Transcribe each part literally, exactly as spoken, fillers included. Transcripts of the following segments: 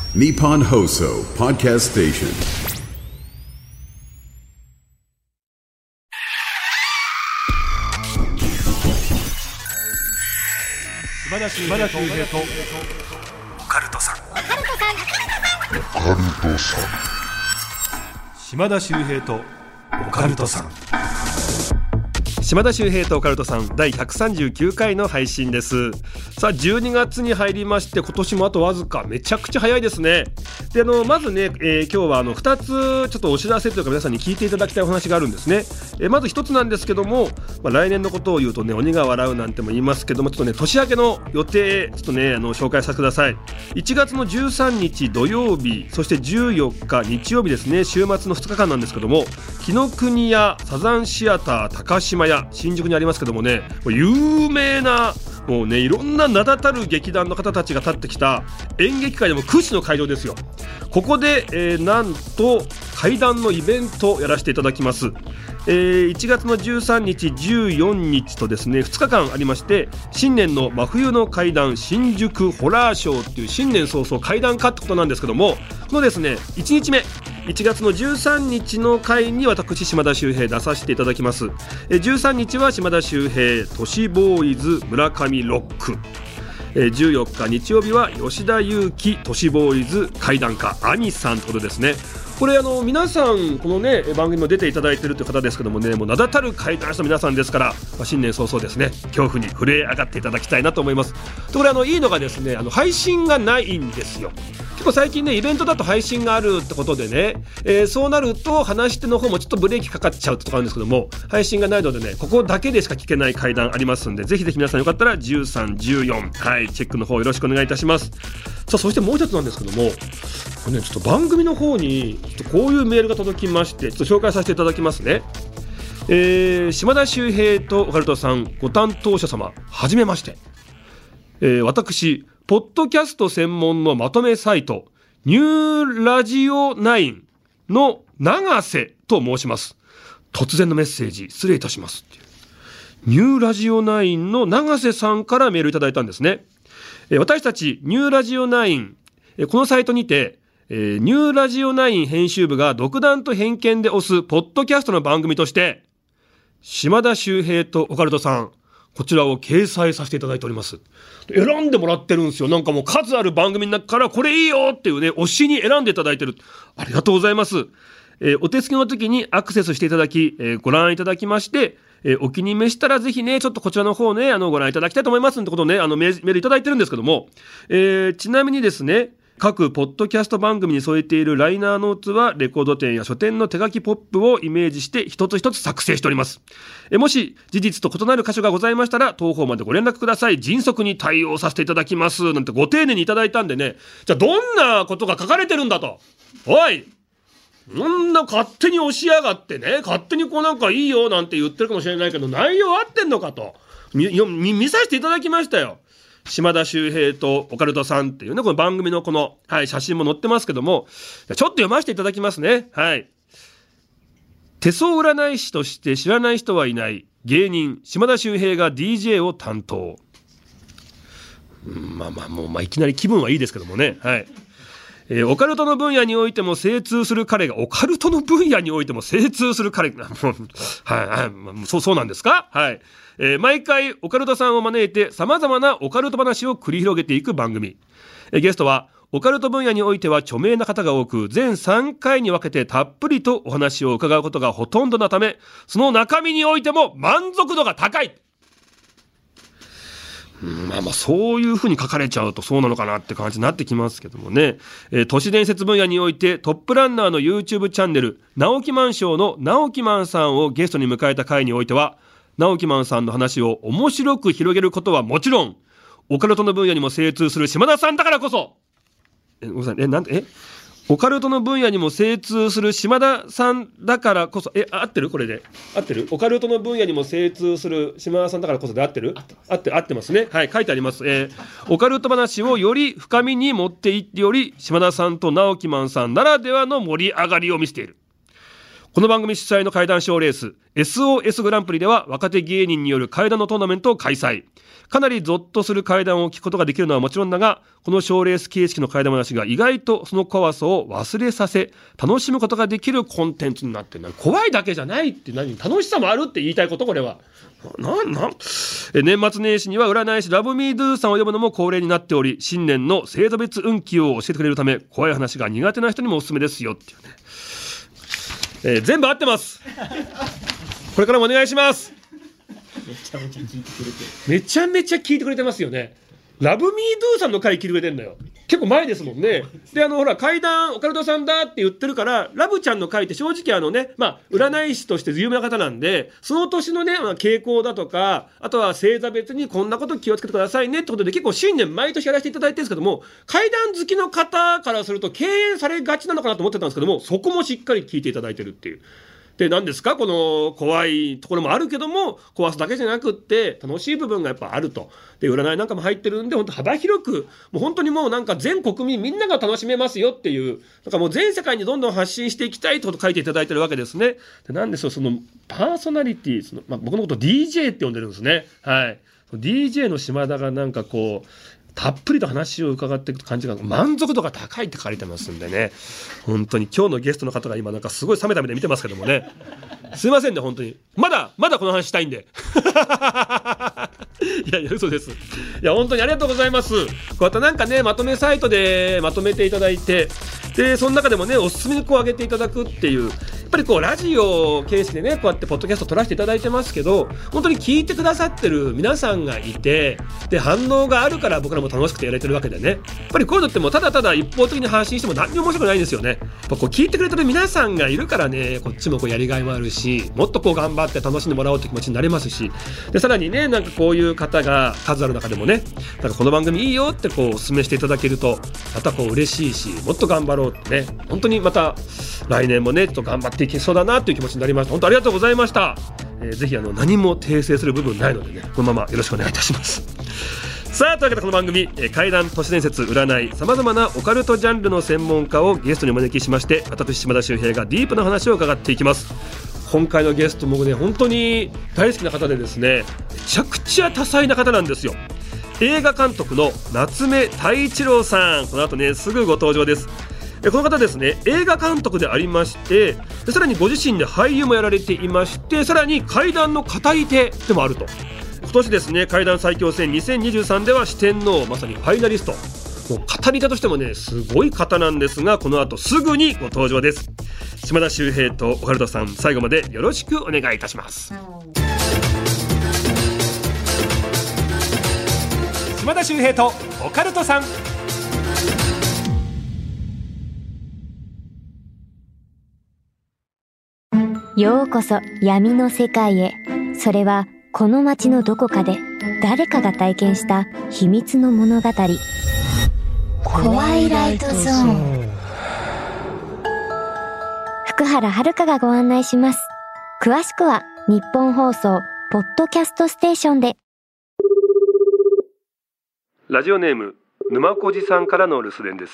Nippon Hoso Podcast Station。 島田秀平とオカルトさん。島田秀平とオカルトさん。島田秀平とオカルトさんだいひゃくさんじゅうきゅうかいの配信です。さあじゅうにがつに入りまして、今年もあとわずか、めちゃくちゃ早いですね。であのまずね、えー、今日はあのふたつちょっとお知らせというか皆さんに聞いていただきたいお話があるんですね。えー、まずひとつなんですけども、まあ、来年のことを言うとね鬼が笑うなんても言いますけども、ちょっとね年明けの予定ちょっとねあの紹介させてください。いちがつのじゅうさんにち土曜日、そしてじゅうよっか日曜日ですね、週末のふつかかんなんですけども、紀ノ国屋サザンシアター高島屋新宿にありますけどもね、有名なもうねいろんな名だたる劇団の方たちが立ってきた演劇界でも屈指の会場ですよ。ここで、えー、なんと怪談のイベントをやらせていただきます。えー、いちがつのじゅうさんにちじゅうよっかとですねふつかかんありまして、新年の真冬の怪談新宿ホラーショーっていう新年早々怪談家ってことなんですけども、このですねいちにちめいちがつのじゅうさんにちの回に私島田秀平出させていただきます。じゅうさんにちは島田秀平都市ボーイズ村上ロック、じゅうよっか日曜日は吉田裕樹都市ボーイズ怪談家兄さんということですね。これあの皆さんこのね番組も出ていただいているという方ですけどもね、もう名だたる怪談師の皆さんですから、まあ、新年早々ですね恐怖に震え上がっていただきたいなと思います。これあのいいのがですね、あの配信がないんですよ。結構最近ねイベントだと配信があるってことでね、えー、そうなると話し手の方もちょっとブレーキかかっちゃうってとこあるんですけども、配信がないのでねここだけでしか聞けない怪談ありますんで、ぜひぜひ皆さんよかったらじゅうさん、じゅうよん、はい、チェックの方よろしくお願いいたします。さあそしてもう一つなんですけども、これねちょっと番組の方にちょっとこういうメールが届きまして、ちょっと紹介させていただきますね。えー、島田秀平とオカルトさんご担当者様はじめまして、えー、私ポッドキャスト専門のまとめサイトニューラジオナインの永瀬と申します。突然のメッセージ失礼いたしますっていうニューラジオナインの永瀬さんからメールいただいたんですね。私たちニューラジオナイン、このサイトにてニューラジオナイン編集部が独断と偏見で推すポッドキャストの番組として島田秀平とオカルトさん、こちらを掲載させていただいております。選んでもらってるんですよ。なんかもう数ある番組の中からこれいいよっていうね推しに選んでいただいてる。ありがとうございます。えー、お手付けの時にアクセスしていただき、えー、ご覧いただきまして、えー、お気に召したらぜひねちょっとこちらの方ねあのご覧いただきたいと思いますってことをねあのメールいただいてるんですけども、えー、ちなみにですね各ポッドキャスト番組に添えているライナーノーツはレコード店や書店の手書きポップをイメージして一つ一つ作成しております。えもし事実と異なる箇所がございましたら当方までご連絡ください。迅速に対応させていただきますなんてご丁寧にいただいたんでね、じゃあどんなことが書かれてるんだと、おいそんな勝手に押しやがってね、勝手にこうなんかいいよなんて言ってるかもしれないけど内容合ってんのかと 見, 見, 見させていただきましたよ。島田秀平とオカルトさんっていうねこの番組のこの、はい、写真も載ってますけども、ちょっと読ませていただきますね。はい。手相占い師として知らない人はいない芸人島田秀平が ディージェー を担当。うん、まあまあもう、まあ、いきなり気分はいいですけどもね。はい。えー、オカルトの分野においても精通する彼がオカルトの分野においても精通する彼がはいはい、そうそうなんですか。はい。えー、毎回オカルトさんを招いて様々なオカルト話を繰り広げていく番組。えー、ゲストはオカルト分野においては著名な方が多く、全さんかいに分けてたっぷりとお話を伺うことがほとんどなため、その中身においても満足度が高い。うん、まあまあそういう風に書かれちゃうとそうなのかなって感じになってきますけどもね。えー、都市伝説分野においてトップランナーの YouTube チャンネル直木マンショーの直木マンさんをゲストに迎えた回においては、直木マンさんの話を面白く広げることはもちろん、オカルトの分野にも精通する島田さんだからこそ、えごめんなさい、えなんでえオカルトの分野にも精通する島田さんだからこそ、え合ってるこれで合ってる？オカルトの分野にも精通する島田さんだからこそで合ってる？合って合ってますね。はい、書いてあります。えー、オカルト話をより深みに持っていってより島田さんと直木マンさんならではの盛り上がりを見せている。 この番組主催の怪談賞レース エスオーエス グランプリでは若手芸人による怪談のトーナメントを開催。かなりゾッとする怪談を聞くことができるのはもちろんだが、この賞レース形式の怪談話が意外とその怖さを忘れさせ楽しむことができるコンテンツになっている。怖いだけじゃないって何、楽しさもあるって言いたいこと、これはなんなんえ年末年始には占い師ラブミードゥさんを呼ぶのも恒例になっており、新年の星座別運気を教えてくれるため怖い話が苦手な人にもおすすめですよっていうね、えー、全部合ってます。これからもお願いします。めちゃめちゃ聞いてくれてめちゃめちゃ聞いてくれてますよね。ラブミードゥさんの回聞いてくれてんだよ。結構前ですもんね。で、あのほら怪談オカルトさんだって言ってるから、ラブちゃんの回って正直あのね、まあ占い師として有名な方なんで、その年のね、まあ、傾向だとか、あとは星座別にこんなこと気をつけてくださいねってことで結構新年毎年やらせていただいてるんですけども、怪談好きの方からすると敬遠されがちなのかなと思ってたんですけども、そこもしっかり聞いていただいてるっていう。で、何ですか、この怖いところもあるけども、怖さだけじゃなくって楽しい部分がやっぱあると。で、占いなんかも入ってるんで、本当幅広く、もう本当にもうなんか全国民みんなが楽しめますよっていう、なんかもう全世界にどんどん発信していきたいってことを書いていただいてるわけですね。で、なんでしょう、そのパーソナリティ、その、まあ、僕のこと ディージェー って呼んでるんですね。はい。ディージェー の島田がなんかこう、たっぷりと話を伺っていく感じが満足度が高いって書かれてますんでね、本当に今日のゲストの方が今なんかすごい冷めた目で見てますけどもね、すいませんね、本当にまだまだこの話したいんでいやいや嘘です。いや本当にありがとうございます。こうやってなんかね、まとめサイトでまとめていただいて、でその中でもねおすすめにこう上げていただくっていう、やっぱりこうラジオ形式でねこうやってポッドキャスト撮らせていただいてますけど、本当に聞いてくださってる皆さんがいて、で反応があるから僕らも楽しくてやれてるわけでね、やっぱりこういうのってもうただただ一方的に発信しても何にも面白くないんですよね。やっぱこう聞いてくれてる皆さんがいるからね、こっちもこうやりがいもあるし、もっとこう頑張って楽しんでもらおうって気持ちになれますし、でさらにねなんかこういう方が数ある中でもね、なんかこの番組いいよってこうお勧めしていただけるとまたこう嬉しいし、もっと頑張ろうってね、本当にまた来年もねちょっと頑張っていけそうだなという気持ちになりました。本当ありがとうございました。えー、ぜひあの何も訂正する部分ないのでね、このままよろしくお願いいたします。さあというわけでこの番組、えー、怪談、都市伝説、占い、さまざまなオカルトジャンルの専門家をゲストにお招きしまして、私島田秀平がディープな話を伺っていきます。今回のゲストもね本当に大好きな方でですね、めちゃくちゃ多彩な方なんですよ。映画監督の夏目太一郎さん、この後ねすぐご登場です。この方ですね、映画監督でありまして、でさらにご自身で俳優もやられていまして、さらに怪談の語り手でもあると。今年ですね怪談最強戦にせんにじゅうさんでは四天王まさにファイナリスト、もう語り手としてもねすごい方なんですが、この後すぐにご登場です。島田秀平とオカルトさん、最後までよろしくお願いいたします。島田秀平とオカルトさん。 ようこそ闇の世界へ。それはこの街のどこかで誰かが体験した秘密の物語。コワイライトゾーン。福原遥がご案内します。詳しくは日本放送ポッドキャストステーションで。 ラジオネーム沼小路さんからの留守電です。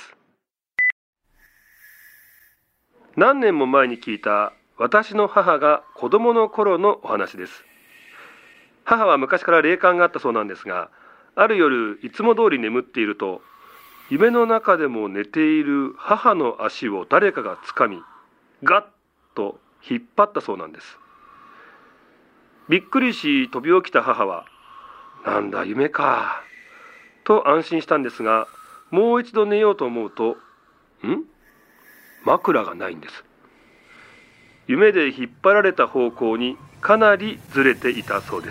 何年も前に聞いた私の母が子供の頃のお話です。母は昔から霊感があったそうなんですが、ある夜いつも通り眠っていると、夢の中でも寝ている母の足を誰かがつかみ、ガッと引っ張ったそうなんです。びっくりし飛び起きた母は、なんだ夢かと安心したんですが、もう一度寝ようと思うと、ん?枕がないんです。夢で引っ張られた方向にかなりずれていたそうです。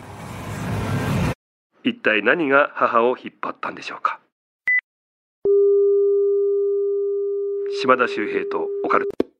一体何が母を引っ張ったんでしょうか。島田秀平とオカルト。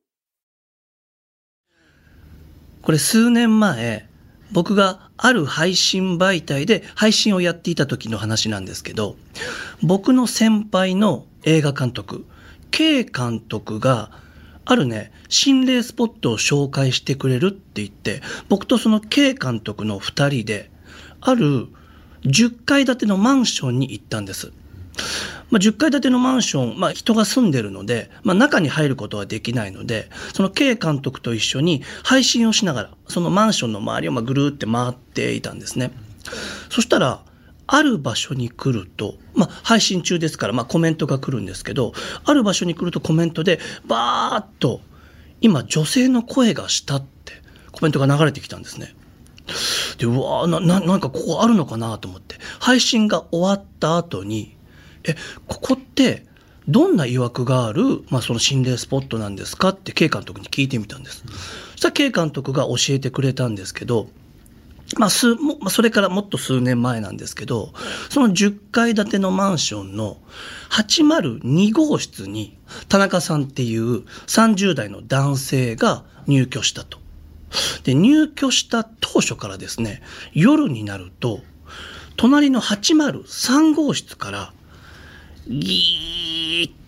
これ数年前、僕がある配信媒体で配信をやっていた時の話なんですけど、僕の先輩の映画監督 K 監督があるね心霊スポットを紹介してくれるって言って、僕とその K 監督のふたりであるじゅっかい建てのマンションに行ったんです。 まあ、じゅっかい建てのマンション、まあ、人が住んでるので、まあ、中に入ることはできないので、その K 監督と一緒に配信をしながら、そのマンションの周りをまあぐるーって回っていたんですね。そしたら、ある場所に来ると、まあ、配信中ですから、まあ、コメントが来るんですけど、ある場所に来るとコメントで、バーッと、今女性の声がしたってコメントが流れてきたんですね。で、うわーな、な、なんかここあるのかなと思って、配信が終わった後に、え、ここってどんな曰くがある、まあ、その心霊スポットなんですかって K 監督に聞いてみたんです。そしたら K 監督が教えてくれたんですけど、まあ、数、まあ、それからもっと数年前なんですけど、そのじゅっかい建てのマンションのはちまるにごうしつに田中さんっていうさんじゅうだいの男性が入居したと。で、入居した当初からですね、夜になると、隣のはちまるさんごうしつから、ギーッ、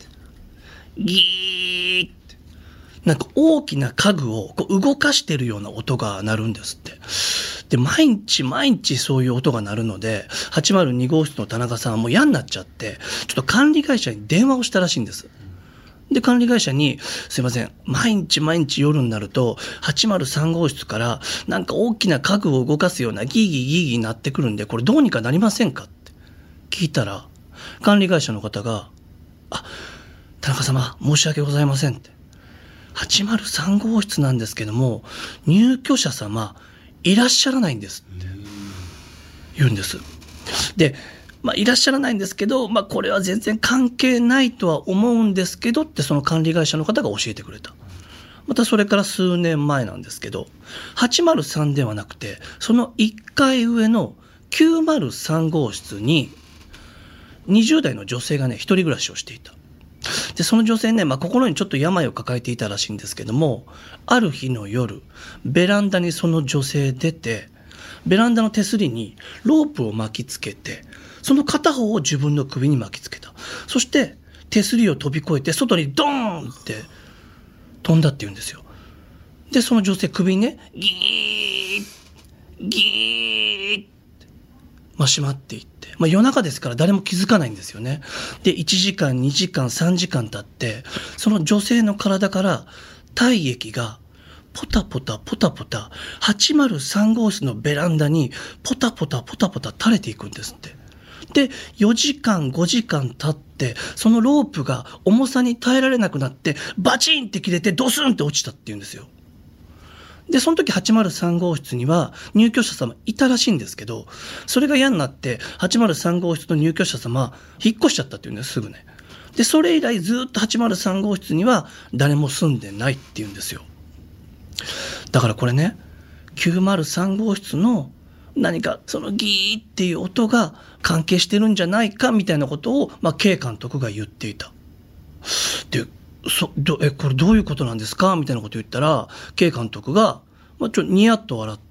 ギーッ、なんか大きな家具をこう動かしてるような音が鳴るんですって。で、毎日毎日そういう音が鳴るので、はちまるにごうしつの田中さんはもう嫌になっちゃって、ちょっと管理会社に電話をしたらしいんです。で、管理会社に、すいません、毎日毎日夜になると、はちまるさんごうしつからなんか大きな家具を動かすようなギーギーギーギーなってくるんで、これどうにかなりませんかって聞いたら、管理会社の方が、あ、田中様、申し訳ございませんって。はちまるさんごうしつなんですけども、入居者様、いらっしゃらないんですって言うんです。で、まあ、いらっしゃらないんですけど、まあ、これは全然関係ないとは思うんですけどってその管理会社の方が教えてくれた。またそれから数年前なんですけど、はちまるさんではなくて、そのいっかい上のきゅうまるさんごうしつににじゅうだいの女性がね、一人暮らしをしていた。で、その女性ね、まあ、心にちょっと病を抱えていたらしいんですけども、ある日の夜、ベランダにその女性出て、ベランダの手すりにロープを巻きつけて、その片方を自分の首に巻きつけた。そして手すりを飛び越えて外にドーンって飛んだって言うんですよ。で、その女性首にね、ギーッ、ギーッって、まあ、閉まっていって、まあ、夜中ですから誰も気づかないんですよね。で、いちじかん、にじかん、さんじかん経って、その女性の体から体液がポタポタポタポタはちまるさんごうしつのベランダにポタポタポタポタ垂れていくんですって。で、よじかん、ごじかん経って、そのロープが重さに耐えられなくなって、バチンって切れてドスンって落ちたって言うんですよ。で、その時はちまるさんごうしつには入居者様いたらしいんですけど、それが嫌になって、はちまるさんごうしつの入居者様、引っ越しちゃったって言うんです、すぐね。で、それ以来ずっとはちまるさんごうしつには誰も住んでないって言うんですよ。だからこれね、きゅうまるさんごうしつの何かそのギーっていう音が関係してるんじゃないかみたいなことを、まあ、K 監督が言っていた。で、そどえこれどういうことなんですかみたいなこと言ったら K 監督が、まあ、ちょっとニヤッと笑って、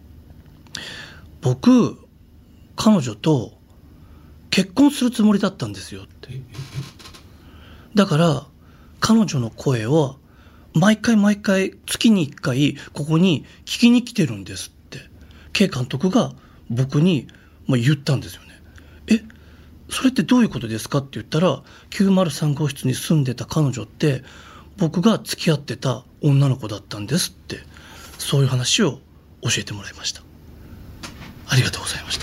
僕彼女と結婚するつもりだったんですよって。だから彼女の声を毎回毎回月にいっかいここに聞きに来てるんですって K 監督が僕に言ったんですよね。え、それってどういうことですかって言ったら、きゅうまるさんごうしつに住んでた彼女って僕が付き合ってた女の子だったんですって、そういう話を教えてもらいました。ありがとうございました。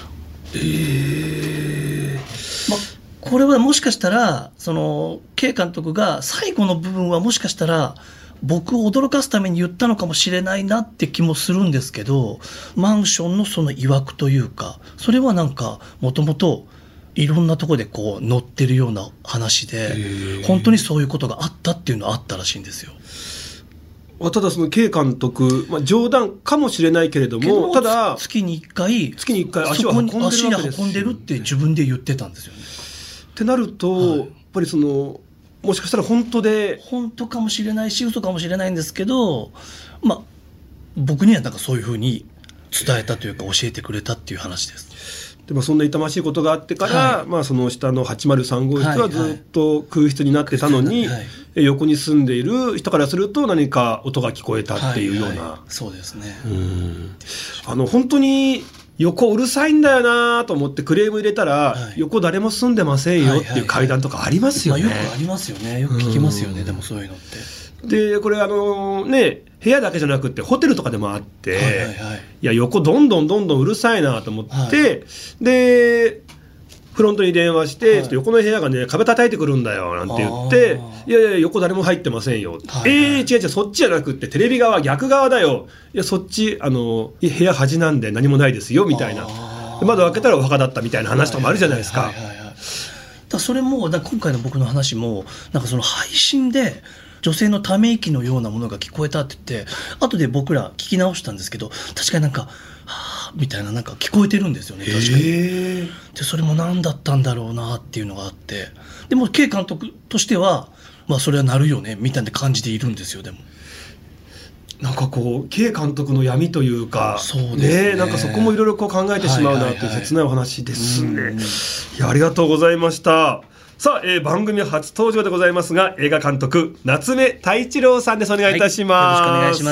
えー、まこれはもしかしたらその K 監督が最後の部分はもしかしたら僕を驚かすために言ったのかもしれないなって気もするんですけど、マンションのその曰くというか、それはなんかもともといろんなところでこう載ってるような話で、本当にそういうことがあったっていうのはあったらしいんですよ。 ただその K 監督、まあ、冗談かもしれないけれども、ただ月にいっかい月にいっかい足を運んでるわけですよね。 足を運んでるって自分で言ってたんですよね。 ってなると、はい、やっぱりそのもしかしたら本当で本当かもしれないし嘘かもしれないんですけど、まあ僕にはなんかそういうふうに伝えたというか教えてくれたっていう話です。 でもそんな痛ましいことがあってから、はい、まあ、その下のはちまるさんごうしつはずっと空室になってたのに、はいはい、横に住んでいる人からすると何か音が聞こえたっていうような、はいはい、 そうですね。 うんあの本当に横うるさいんだよなと思ってクレーム入れたら、はい、横誰も住んでませんよっていう階段とかありますよね、 はいはいはい、まあ、よくありますよね。よく聞きますよね、うん、でもそういうのってでこれあのね部屋だけじゃなくてホテルとかでもあって、はいはいはい、いや横どんどんどんどんうるさいなと思って、はい、でフロントに電話して、はい、ちょっと横の部屋がね壁叩いてくるんだよなんて言っていやいや横誰も入ってませんよ、はいはい、えー、違う違うそっちじゃなくってテレビ側逆側だよいやそっちあの部屋端なんで何もないですよみたいな窓開けたらお墓だったみたいな話とかもあるじゃないですか。はいはいはいはい、 だそれもだ今回の僕の話もなんかその配信で女性のため息のようなものが聞こえたって言って後で僕ら聞き直したんですけど確かになんかはぁみたいななんか聞こえてるんですよね。確かにでそれも何だったんだろうなっていうのがあってでも K 監督としてはまあそれはなるよねみたいな感じでいるんですよ。でもなんかこう K 監督の闇というかそうですね、 ね、なんかそこもいろいろ考えてしまうなという切ないお話ですね、はいはいはい、いやありがとうございました。さあ、えー、番組初登場でございますが映画監督夏目太一郎さんです。お願いいたします、 はい、よろしくお願いします。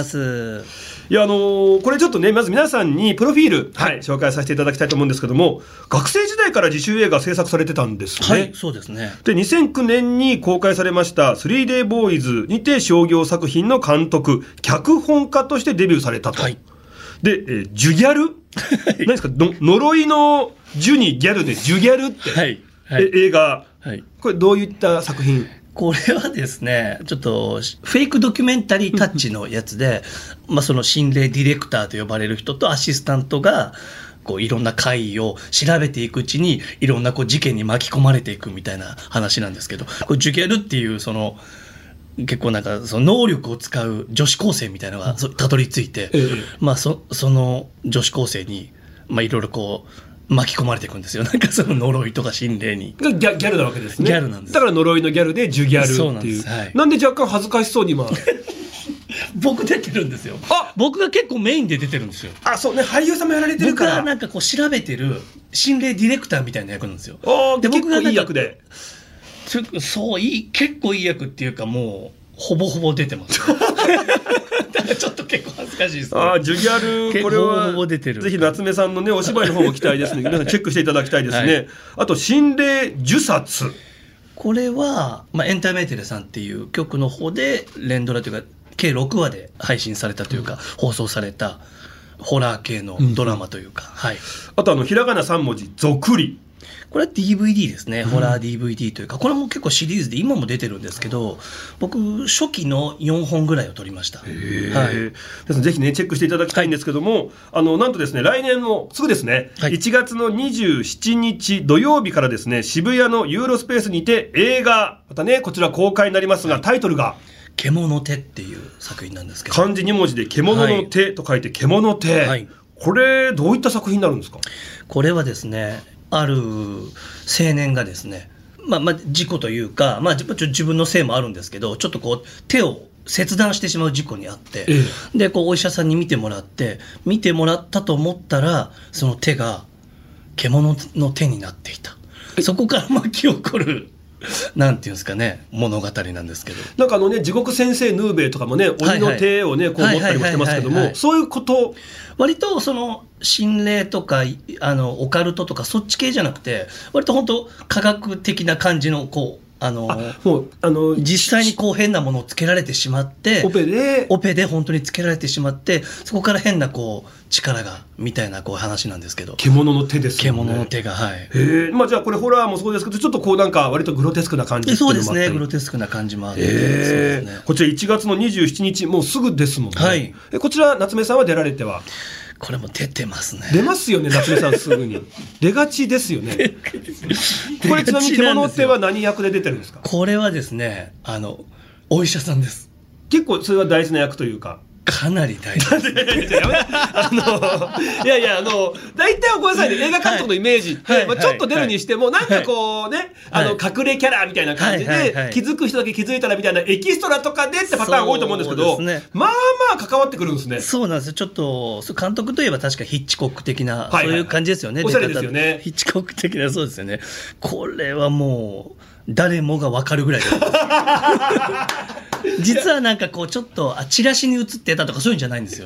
いやあのー、これちょっとねまず皆さんにプロフィール、はい、紹介させていただきたいと思うんですけども学生時代から自主映画制作されてたんですね。 はいそうですね。 でにせんきゅうねんに公開されました スリーデー ボーイズにて商業作品の監督脚本家としてデビューされたと、はい、で、えー、ジュギャル何ですかの呪いのジュにギャルでジュギャルって、はいはい、映画、はい、これどういった作品？ これはですねちょっとフェイクドキュメンタリータッチのやつでまあその心霊ディレクターと呼ばれる人とアシスタントがこういろんな回を調べていくうちにいろんなこう事件に巻き込まれていくみたいな話なんですけどこれジュギャルっていうその結構なんかその能力を使う女子高生みたいなのがたどり着いて、ええ、まあ そ, その女子高生にまあいろいろこう巻き込まれていくんですよ。なんかその呪いとか心霊にギ ャ, ギャルなわけですね。 ギャルなんです。 だから呪いのギャルでジュギャルっていう。そうなんです、はい、なんで若干恥ずかしそうに今僕出てるんですよ。あ僕が結構メインで出てるんですよ。 あそうね俳優さんもやられてるから。 僕はなんかこう調べてる心霊ディレクターみたいな役なんですよ。 あで僕がいい役でそういい結構いい役っていうかもうほぼほぼ出てますちょっと結構恥ずかしいですね。 あジュギャルこれはほぼほぼ出てる。 ぜひ夏目さんのねお芝居の方も期待ですね皆さんチェックしていただきたいですね、はい、あと心霊呪殺これは、まあ、エンターメーテレさんっていう局の方で連ドラというか計ろくわで配信されたというか、うん、放送されたホラー系のドラマというか、うんはい、 あとあのひらがなさん文字ぞくりこれは ディーブイディー ですね、うん、ホラー ディーブイディー というかこれも結構シリーズで今も出てるんですけど僕初期のよんほんぐらいを撮りました。へー、はい、ぜひねチェックしていただきたいんですけども、はい、あのなんとですね来年のすぐですね、はい、いちがつのにじゅうしちにち土曜日からですね渋谷のユーロスペースにて映画またねこちら公開になりますが、はい、タイトルが獣手っていう作品なんですけど漢字に文字で獣の手と書いて獣手、はい、これどういった作品になるんですか？ これはですねある青年がですね、まあ、まあ事故というか、まあ、自分のせいもあるんですけどちょっとこう手を切断してしまう事故にあって、ええ、でこうお医者さんに見てもらって見てもらったと思ったらその手が獣の手になっていた。そこから巻き起こるなんていうんですかね物語なんですけどなんかあのね地獄先生ヌーベイとかもね鬼の手をねこう持ったりもしてますけどもそういうこと割とその心霊とかあのオカルトとかそっち系じゃなくて割と本当科学的な感じのこうあのあもうあの実際にこう変なものをつけられてしまってオペでオペで本当につけられてしまってそこから変なこう力がみたいなこう話なんですけど獣の手ですよね。 獣の手がはいへえ、まあ、じゃあこれホラーもそうですけどちょっとこうなんか割とグロテスクな感じっていうのもあったりそうですねグロテスクな感じもあって、 えーね、こちらいちがつのにじゅうしちにちもうすぐですもんね、はい、えこちら夏目さんは出られてはこれも出てますね。 出ますよね夏目さんすぐに出がちですよねこれちなみに獣の手は何役で出てるんですか？ これはですねあのお医者さんです。 結構それは大事な役というかかなり大事ですあのいやいやあの大体はごめんなさいね映画監督のイメージって、はいまあ、ちょっと出るにしても、はい、なんかこうね、はい、あの隠れキャラみたいな感じで、はいはいはい、気づく人だけ気づいたらみたいなエキストラとかでってパターン多いと思うんですけど、ね、まあまあ関わってくるんですね。 そうなんですよ。ちょっと監督といえば確かヒッチコック的な、はいはいはい、そういう感じですよね。 おしゃれですよね。 ヒッチコック的なそうですよね。これはもう誰もが分かるぐらいで実はなんかこうちょっとあチラシに映ってたとかそういうんじゃないんですよ。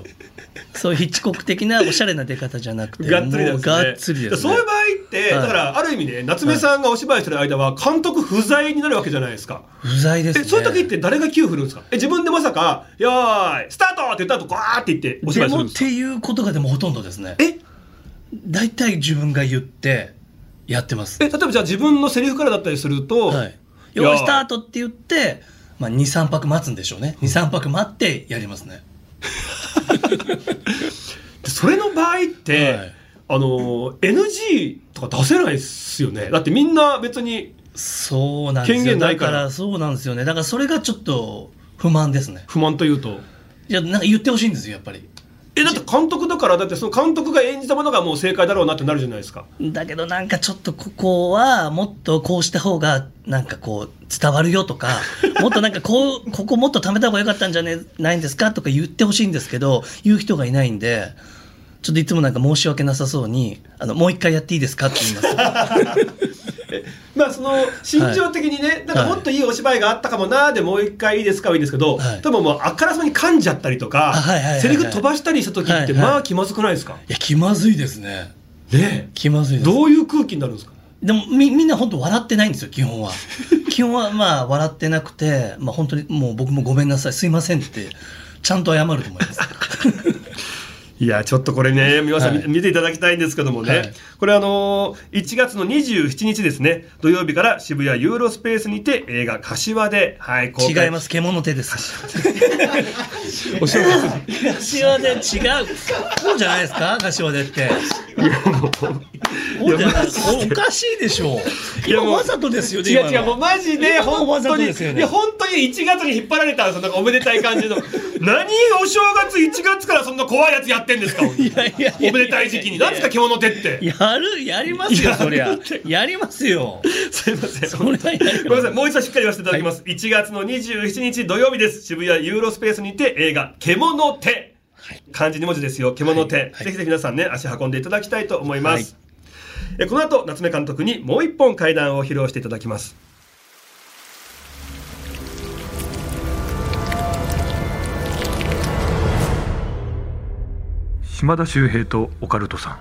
そういうヒッチコック的なおしゃれな出方じゃなくてがっつりですね。 もうがっつりですね。 そういう場合って、はい、だからある意味ね、夏目さんがお芝居してる間は監督不在になるわけじゃないですか。 不在ですね。 えそういう時って誰がキュー振るんですか？え自分でまさかよーいスタートって言った後ガーって言ってお芝居するんですか？ でもっていうことがでもほとんどですね。 え大体自分が言ってやってます。 え例えばじゃあ自分のセリフからだったりすると、 はい、よーいスタートって言って、まあ、にさんぱく待つんでしょうね。にさんぱく待ってやりますね。 それの場合って、はい、あの エヌジー とか出せないですよね。だってみんな別にそうなんですよ。 権限ないから。 だからそうなんですよね。だからそれがちょっと不満ですね。 不満というと、 いやなんか言ってほしいんですよやっぱり。 えだって監督だからだってその監督が演じたものがもう正解だろうなってなるじゃないですか。 だけどなんかちょっとここはもっとこうした方がなんかこう伝わるよとかもっとなんかこうここもっと貯めた方が良かったんじゃないんですかとか言ってほしいんですけど言う人がいないんでちょっといつもなんか申し訳なさそうにあのもう一回やっていいですかって言いますまあその心情的にね、はい、なんかもっといいお芝居があったかもなーでもう一回いいですかはいいんですけど、はい、多分もうあからさまに噛んじゃったりとか、はいはいはいはい、セリフ飛ばしたりした時って、はいはい、まあ気まずくないですか？ いや気まずいですね。 ね気まずいです。 どういう空気になるんですか？ でも み, みんな本当笑ってないんですよ基本は基本はまあ笑ってなくて、まあ、本当にもう僕もごめんなさいすいませんってちゃんと謝ると思いますいやちょっとこれね皆さん、はい、見ていただきたいんですけどもね、はい、これあのー、いちがつのにじゅうしちにちですね土曜日から渋谷ユーロスペースにて映画柏で、はい、 公開違います獣手ですお正月柏で違うそうじゃないですか柏でっていやもうおかしいでしょう。いやわざとですよね。 違う違うもうマジで本当に、ね、いや本当にいちがつに引っ張られたんですよ。なんかおめでたい感じの何お正月いちがつからそんな怖いやつやってんですか。いやいやおめでたい時期に何ですか獣手ってやるやりますよそりゃやりますよ。 すいませんそれはやります。 ごめんなさいもう一度しっかり言わせていただきます、はい、いちがつのにじゅうしちにち土曜日です。渋谷ユーロスペースにて映画獣手漢字に文字ですよ獣手、はいはい、ぜひぜひ皆さんね足運んでいただきたいと思います、はい、えこの後夏目監督にもう一本怪談を披露していただきます。島田秀平とオカルトさん。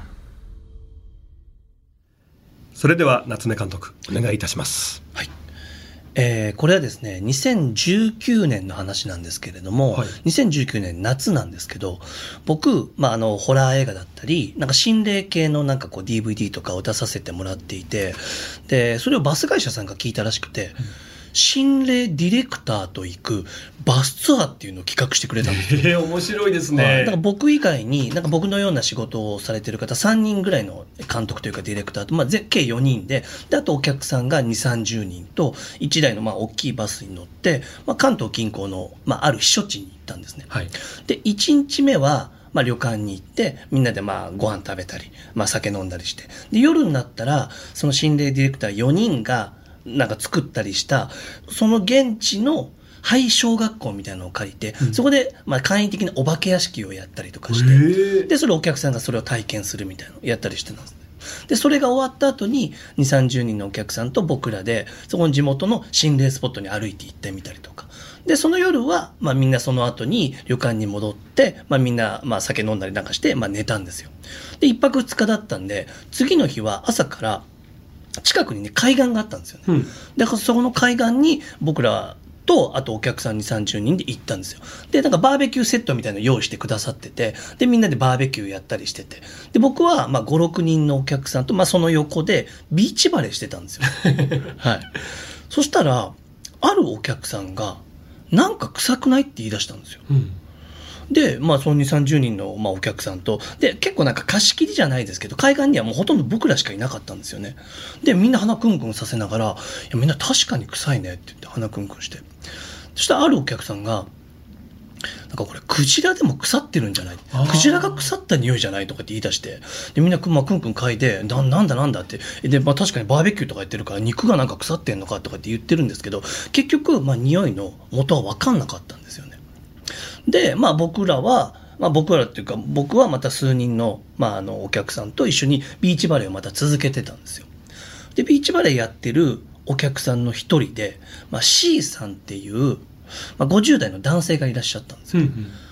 それでは夏目監督お願いいたします。 はいえー、これはですねにせんじゅうきゅうねんの話なんですけれども、はい、にせんじゅうきゅうねん夏なんですけど僕、まあ、あのホラー映画だったりなんか心霊系のなんかこう ディーブイディー とかを出させてもらっていてでそれをバス会社さんが聞いたらしくて、うん心霊ディレクターと行くバスツアーっていうのを企画してくれたんですよ。 えー、面白いですね。 はい、だから僕以外になんか僕のような仕事をされてる方さんにんぐらいの監督というかディレクターと、まあ、計よにん で, であとお客さんがにじゅう、さんじゅうにんといちだいのまあ大きいバスに乗って、まあ、関東近郊の、まあ、ある避暑地に行ったんですね。はい、でいちにちめはまあ、旅館に行ってみんなでまあご飯食べたり、まあ、酒飲んだりしてで夜になったらその心霊ディレクターよにんがなんか作ったりしたその現地の廃小学校みたいなのを借りて、うん、そこでまあ簡易的なお化け屋敷をやったりとかしてでそれをお客さんがそれを体験するみたいなのをやったりしてたんですね。でそれが終わった後ににじゅう、さんじゅうにんのお客さんと僕らでそこの地元の心霊スポットに歩いて行ってみたりとかでその夜はまあみんなその後に旅館に戻って、まあ、みんなまあ酒飲んだりなんかしてまあ寝たんですよ。でいっぱくふつかだったんで次の日は朝から近くにね海岸があったんですよね、うん、だからそこの海岸に僕らとあとお客さんにじゅう、さんじゅうにんで行ったんですよ。でなんかバーベキューセットみたいなの用意してくださっててでみんなでバーベキューやったりしててで僕はまあご、ろくにんのお客さんと、まあ、その横でビーチバレーしてたんですよ、はい、そしたらあるお客さんがなんか臭くないって言い出したんですよ、うんで、まあ、そのにじゅう、さんじゅうにんの、まあ、お客さんと、で、結構なんか貸し切りじゃないですけど、海岸にはもうほとんど僕らしかいなかったんですよね。で、みんな鼻くんくんさせながら、いや、みんな確かに臭いねって言って鼻くんくんして。そしたらあるお客さんが、なんかこれクジラでも腐ってるんじゃないクジラが腐った匂いじゃないとかって言い出してでみんな、まあ、くんくん嗅いでな、なんだなんだってで、まあ、確かにバーベキューとかやってるから肉がなんか腐ってんのかとかって言ってるんですけど結局、まあ、匂いの元は分かんなかったんですよね。で、まあ僕らは、まあ僕らっていうか僕はまた数人の、まああのお客さんと一緒にビーチバレーをまた続けてたんですよ。で、ビーチバレーやってるお客さんの一人で、まあ C さんっていう、まあごじゅうだいの男性がいらっしゃったんですよ。うんうん、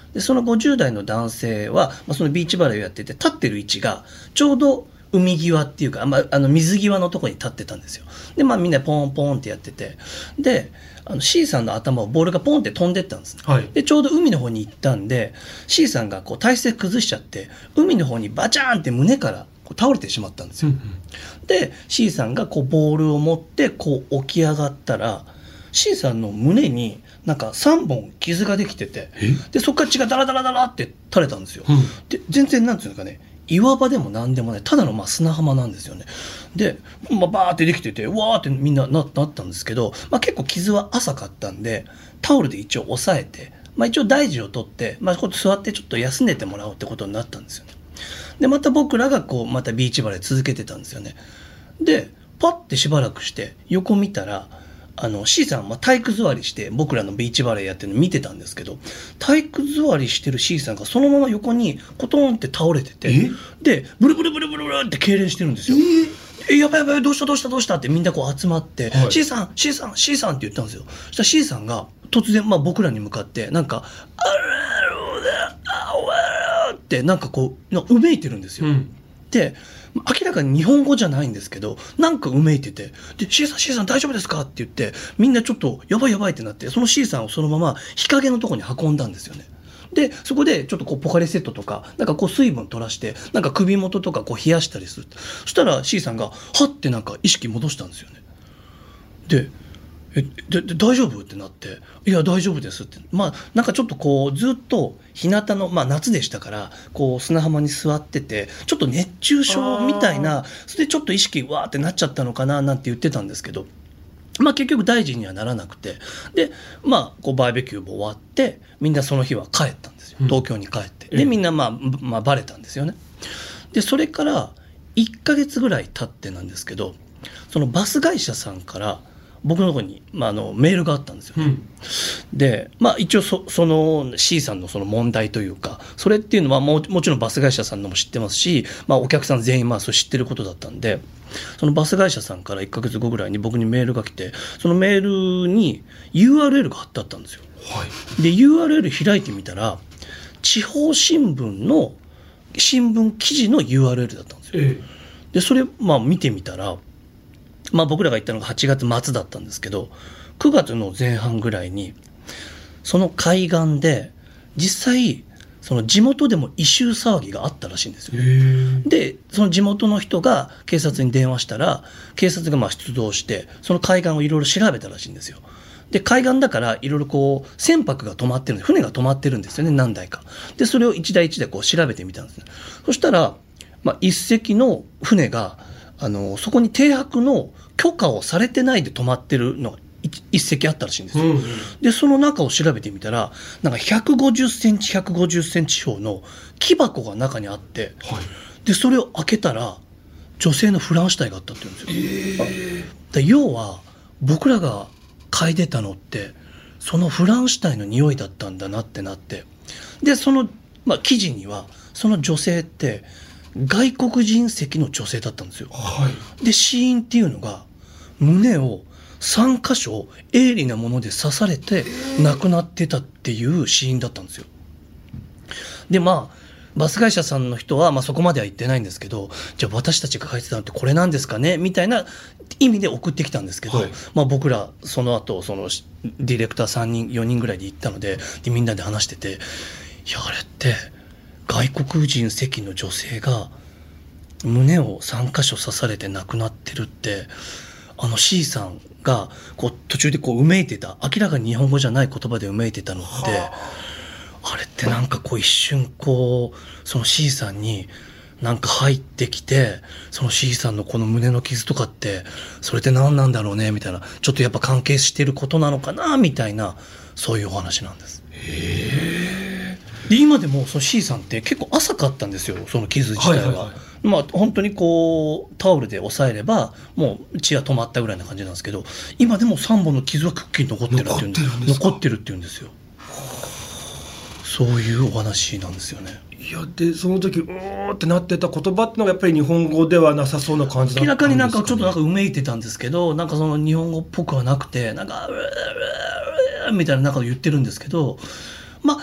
でそのごじゅう代の男性は、まあ、そのビーチバレーをやってて立ってる位置がちょうど海際っていうか、まあ、あの水際のところに立ってたんですよ。で、まあ、みんなポンポンってやってて、であの C さんの頭をボールがポンって飛んでったんですね、はい、でちょうど海の方に行ったんで C さんがこう体勢崩しちゃって海の方にバチャーンって胸からこう倒れてしまったんですよ、うんうん、で C さんがこうボールを持ってこう起き上がったら C さんの胸になんかさんぼん傷ができてて、でそこから血がダラダラダラって垂れたんですよ、うん、で全然なんていうんですかね、岩場でも何でもないただのまあ砂浜なんですよね。で、まあ、バーってできててわーってみんな な, なったんですけど、まあ、結構傷は浅かったんでタオルで一応押さえて、まあ、一応大事を取って、まあ、こう座ってちょっと休んでてもらおうってことになったんですよね。でまた僕らがこうまたビーチバレー続けてたんですよね。でパッてしばらくして横見たらあの C さんは体育座りして僕らのビーチバレーやってるの見てたんですけど、体育座りしてる C さんがそのまま横にコトンって倒れてて、でブルブルブルブルブルって痙攣してるんですよ。ええやばいやばいどうしたどうしたどうしたってみんなこう集まって、はい、C さん C さん C さんって言ったんですよ。そしたら C さんが突然まあ僕らに向かってなんかあらろだあわらってなんかこううめいてるんですよ、うん、で明らかに日本語じゃないんですけどなんかうめいてて、で C さん C さん大丈夫ですかって言ってみんなちょっとやばいやばいってなって、その C さんをそのまま日陰のところに運んだんですよね。でそこでちょっとこうポカリセットとかなんかこう水分取らしてなんか首元とかこう冷やしたりする。そしたら C さんがはってなんか意識戻したんですよね。でえでで大丈夫ってなって、いや大丈夫ですって、まあなんかちょっとこうずっと日向の、まあ、夏でしたからこう砂浜に座っててちょっと熱中症みたいな、それでちょっと意識わーってなっちゃったのかななんて言ってたんですけど、まあ結局大事にはならなくて、でまあこうバーベキューも終わってみんなその日は帰ったんですよ、東京に帰って、うん、でみんなまあ、まあ、バレたんですよね。でそれからいっかげつぐらい経ってなんですけど、そのバス会社さんから僕のところに、まあ、あのメールがあったんですよ、うん、で、まあ、一応 そ, その C さんのその問題というかそれっていうのは も, もちろんバス会社さんのも知ってますし、まあ、お客さん全員まあそれ知ってることだったんで、そのバス会社さんからいっかげつごぐらいに僕にメールが来て、そのメールに ユーアールエル が貼ってあったんですよ、はい、で ユーアールエル 開いてみたら地方新聞の新聞記事の ユーアールエル だったんですよ、ええ、でそれまあ見てみたら、まあ、僕らが行ったのがはちがつ末だったんですけど、くがつの前半ぐらいにその海岸で実際その地元でも異臭騒ぎがあったらしいんですよ。でその地元の人が警察に電話したら警察がまあ出動してその海岸をいろいろ調べたらしいんですよ。で海岸だからいろいろこう船舶が止まってるんで船が止まってるんですよね、何台かで。それを一台一台こう調べてみたんですね。そしたら、まあ、一隻の船があのそこに停泊の許可をされてないで止まってるのが一隻あったらしいんですよ、うんうん、でその中を調べてみたらなんかひゃくごじゅっセンチひゃくごじゅっセンチ四の木箱が中にあって、はい、でそれを開けたら女性のフラン死体があったって言うんですよ、えー、で要は僕らが嗅いでたのってそのフラン死体の匂いだったんだなってなって、でその、まあ、記事にはその女性って外国人籍の女性だったんですよ、はい、で死因っていうのが胸をさんかしょ鋭利なもので刺されて亡くなってたっていう死因だったんですよ。でまあバス会社さんの人は、まあ、そこまでは言ってないんですけど、じゃあ私たちが書いてたのってこれなんですかねみたいな意味で送ってきたんですけど、はい、まあ、僕らその後そのディレクターさんにんよにんぐらいで行ったの で, でみんなで話してて、いやあれって外国人籍の女性が胸をさんかしょ刺されて亡くなってるって、あの C さんがこう途中でこううめいてた、明らかに日本語じゃない言葉でうめいてたのって、あれってなんかこう一瞬こうその C さんになんか入ってきて、その C さんのこの胸の傷とかってそれって何なんだろうねみたいな、ちょっとやっぱ関係してることなのかなみたいな、そういうお話なんです。へー。で今でもその C さんって結構浅かったんですよ、その傷自体は、はいはいはい、まあ本当にこうタオルで押さえればもう血は止まったぐらいな感じなんですけど、今でもさんぼんの傷はくっきり残ってるっていうんです。残ってるっていうんですよ。そういうお話なんですよね。 いやでその時うーってなってた言葉ってのがやっぱり日本語ではなさそうな感じだったんですかね。明らかになんかちょっとなんかうめいてたんですけど、なんかその日本語っぽくはなくて、なんかうーうーうーみたいな中で言ってるんですけど、まあ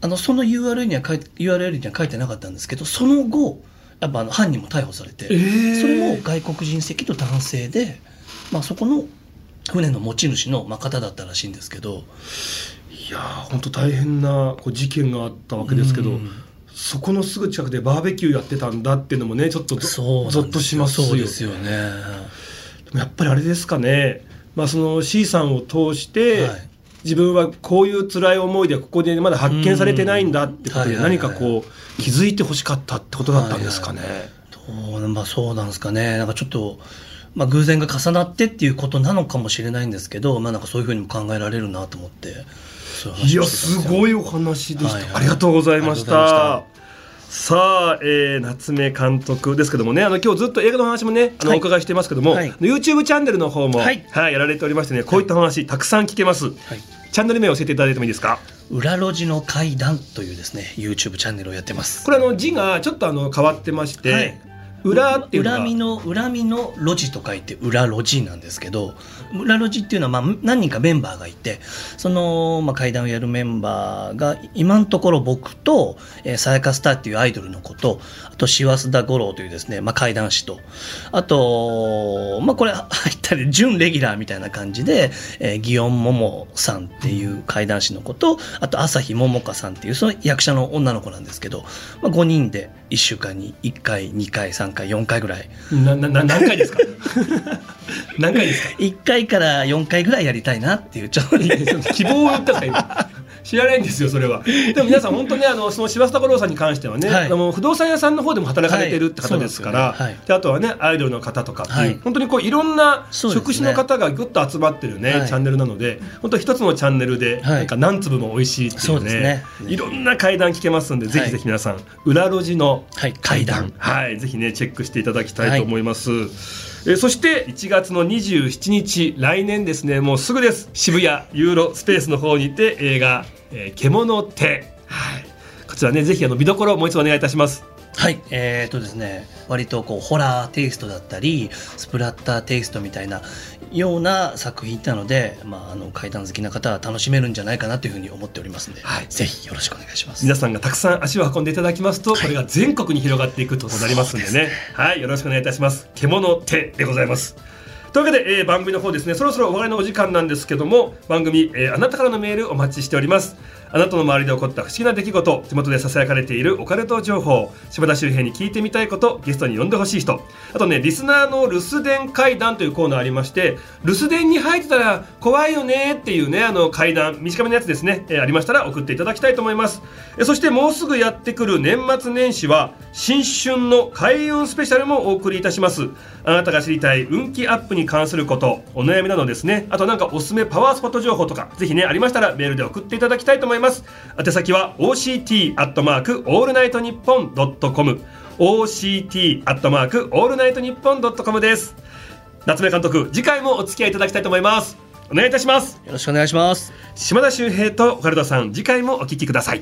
あのその ユーアールエル には書い ユーアールエル には書いてなかったんですけど、その後やっぱあの犯人も逮捕されて、 えー、 それも外国人籍の男性で、まあ、そこの船の持ち主のまあ方だったらしいんですけど、 いやー本当大変なこう事件があったわけですけど、そこのすぐ近くでバーベキューやってたんだっていうのもねちょっとゾッとしますよ。 そうですよね。 でもやっぱりあれですかね、まあ、その C さんを通して、はい、自分はこういう辛い思いでここでまだ発見されてないんだってことで何かこう気づいてほしかったってことだったんですかね。はいはい、どうまあ、そうなんですかね。なんかちょっとまあ、偶然が重なってっていうことなのかもしれないんですけど、まあ、なんかそういうふうにも考えられるなと思って、そういう話をしてたんですよ。いやすごいお話でした、はいはい、ありがとうございました。さあ、えー、夏目監督ですけどもね、あの今日ずっと映画の話もねあの、はい、お伺いしてますけども、はい、YouTube チャンネルの方も、はいはい、やられておりましてね、こういった話、はい、たくさん聞けます、はい、チャンネル名を教えていただいてもいいですか。 裏路地の怪談というですね YouTube チャンネルをやってます。 これあの字がちょっとあの変わってまして、はい、裏っていうのが恨みの恨みの路地と書いて裏路地なんですけど、裏路地っていうのはまあ何人かメンバーがいて、そのまあ怪談をやるメンバーが今のところ僕とさやかスターっていうアイドルの子と、あと師走田五郎というですね、まあ、怪談師と、あとまあこれ入ったり準レギュラーみたいな感じで、えー、祇園桃さんっていう怪談師の子と、あと朝日桃香さんっていうその役者の女の子なんですけど、まあ、ごにんでいっしゅうかんにいっかいにかいさんかいよんかいぐらいなな何回ですか何回ですか。 いっかいからよんかいぐらいやりたいなっていうちょっと希望を言ったから今知らないんですよそれは。でも皆さん本当にあのその柴田五郎さんに関してはね、はい、あの不動産屋さんの方でも働かれてるって方ですから、はいでねはい、であとはねアイドルの方とかっていう、はい、本当にこういろんな職種の方がぐっと集まってるね、はい、チャンネルなので、本当一つのチャンネルでなんか何粒も美味しいっていうね、はい、ねいろんな怪談聞けますんで、はい、ぜひぜひ皆さん裏路地の怪談、はい、ぜひねチェックしていただきたいと思います、はい。えそしていちがつのにじゅうしちにち来年ですね、もうすぐです。渋谷ユーロスペースの方にて映画、えー、獣手、はい、こちらねぜひあの見どころをもう一度お願いいたします。 はい、えーとですね、割とこうホラーテイストだったりスプラッターテイストみたいなような作品なので、まあ、あの怪談好きな方は楽しめるんじゃないかなというふうに思っておりますので、はい、ぜひよろしくお願いします。 皆さんがたくさん足を運んでいただきますと、はい、これが全国に広がっていくとなりますのでね、でねはい、よろしくお願いいたします。獣手でございます。というわけで、えー、番組の方ですね、そろそろお別れのお時間なんですけども、番組、えー、あなたからのメールお待ちしております。あなたの周りで起こった不思議な出来事、地元でささやかれているオカルト情報、島田周平に聞いてみたいこと、ゲストに呼んでほしい人、あとねリスナーの留守電怪談というコーナーありまして、留守電に入ってたら怖いよねっていうねあの怪談短めのやつですね、えー、ありましたら送っていただきたいと思います。えー、そしてもうすぐやってくる年末年始は新春の開運スペシャルもお送りいたします。あなたが知りたい運気アップに関すること、お悩みなどですね、あとなんかおすすめパワースポット情報とかぜひねありましたらメールで送っていただきたいと思います。宛先は オーシーティー アットマークオールナイトニッポンドットコム オーシーティー アットマークオールナイトニッポンドットコム です。夏目監督、次回もお付き合いいただきたいと思います。お願いいたします。 よろしくお願いします。 島田秀平とオカルトさん、次回もお聞きください。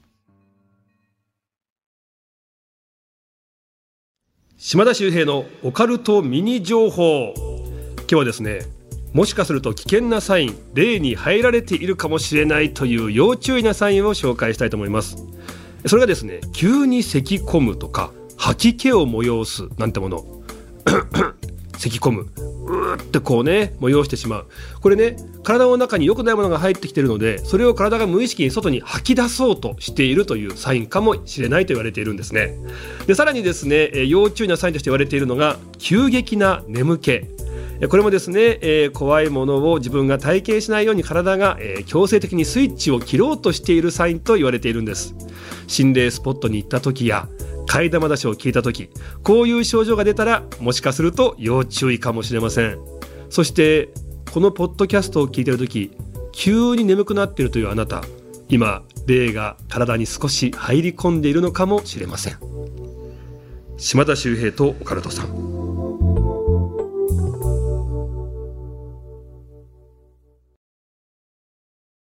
島田秀平のオカルトミニ情報。今日はですね、もしかすると危険なサイン、霊に入られているかもしれないという要注意なサインを紹介したいと思います。それがですね、急に咳込むとか吐き気を催すなんてもの咳込む、うーってこうね催してしまう。これね、体の中に良くないものが入ってきているので、それを体が無意識に外に吐き出そうとしているというサインかもしれないと言われているんですね。でさらにですね、要注意なサインとして言われているのが急激な眠気。これもですね、えー、怖いものを自分が体験しないように体が、えー、強制的にスイッチを切ろうとしているサインと言われているんです。心霊スポットに行った時や怪談話を聞いた時、こういう症状が出たらもしかすると要注意かもしれません。そしてこのポッドキャストを聞いている時、急に眠くなっているというあなた、今霊が体に少し入り込んでいるのかもしれません。島田秀平とオカルトさん。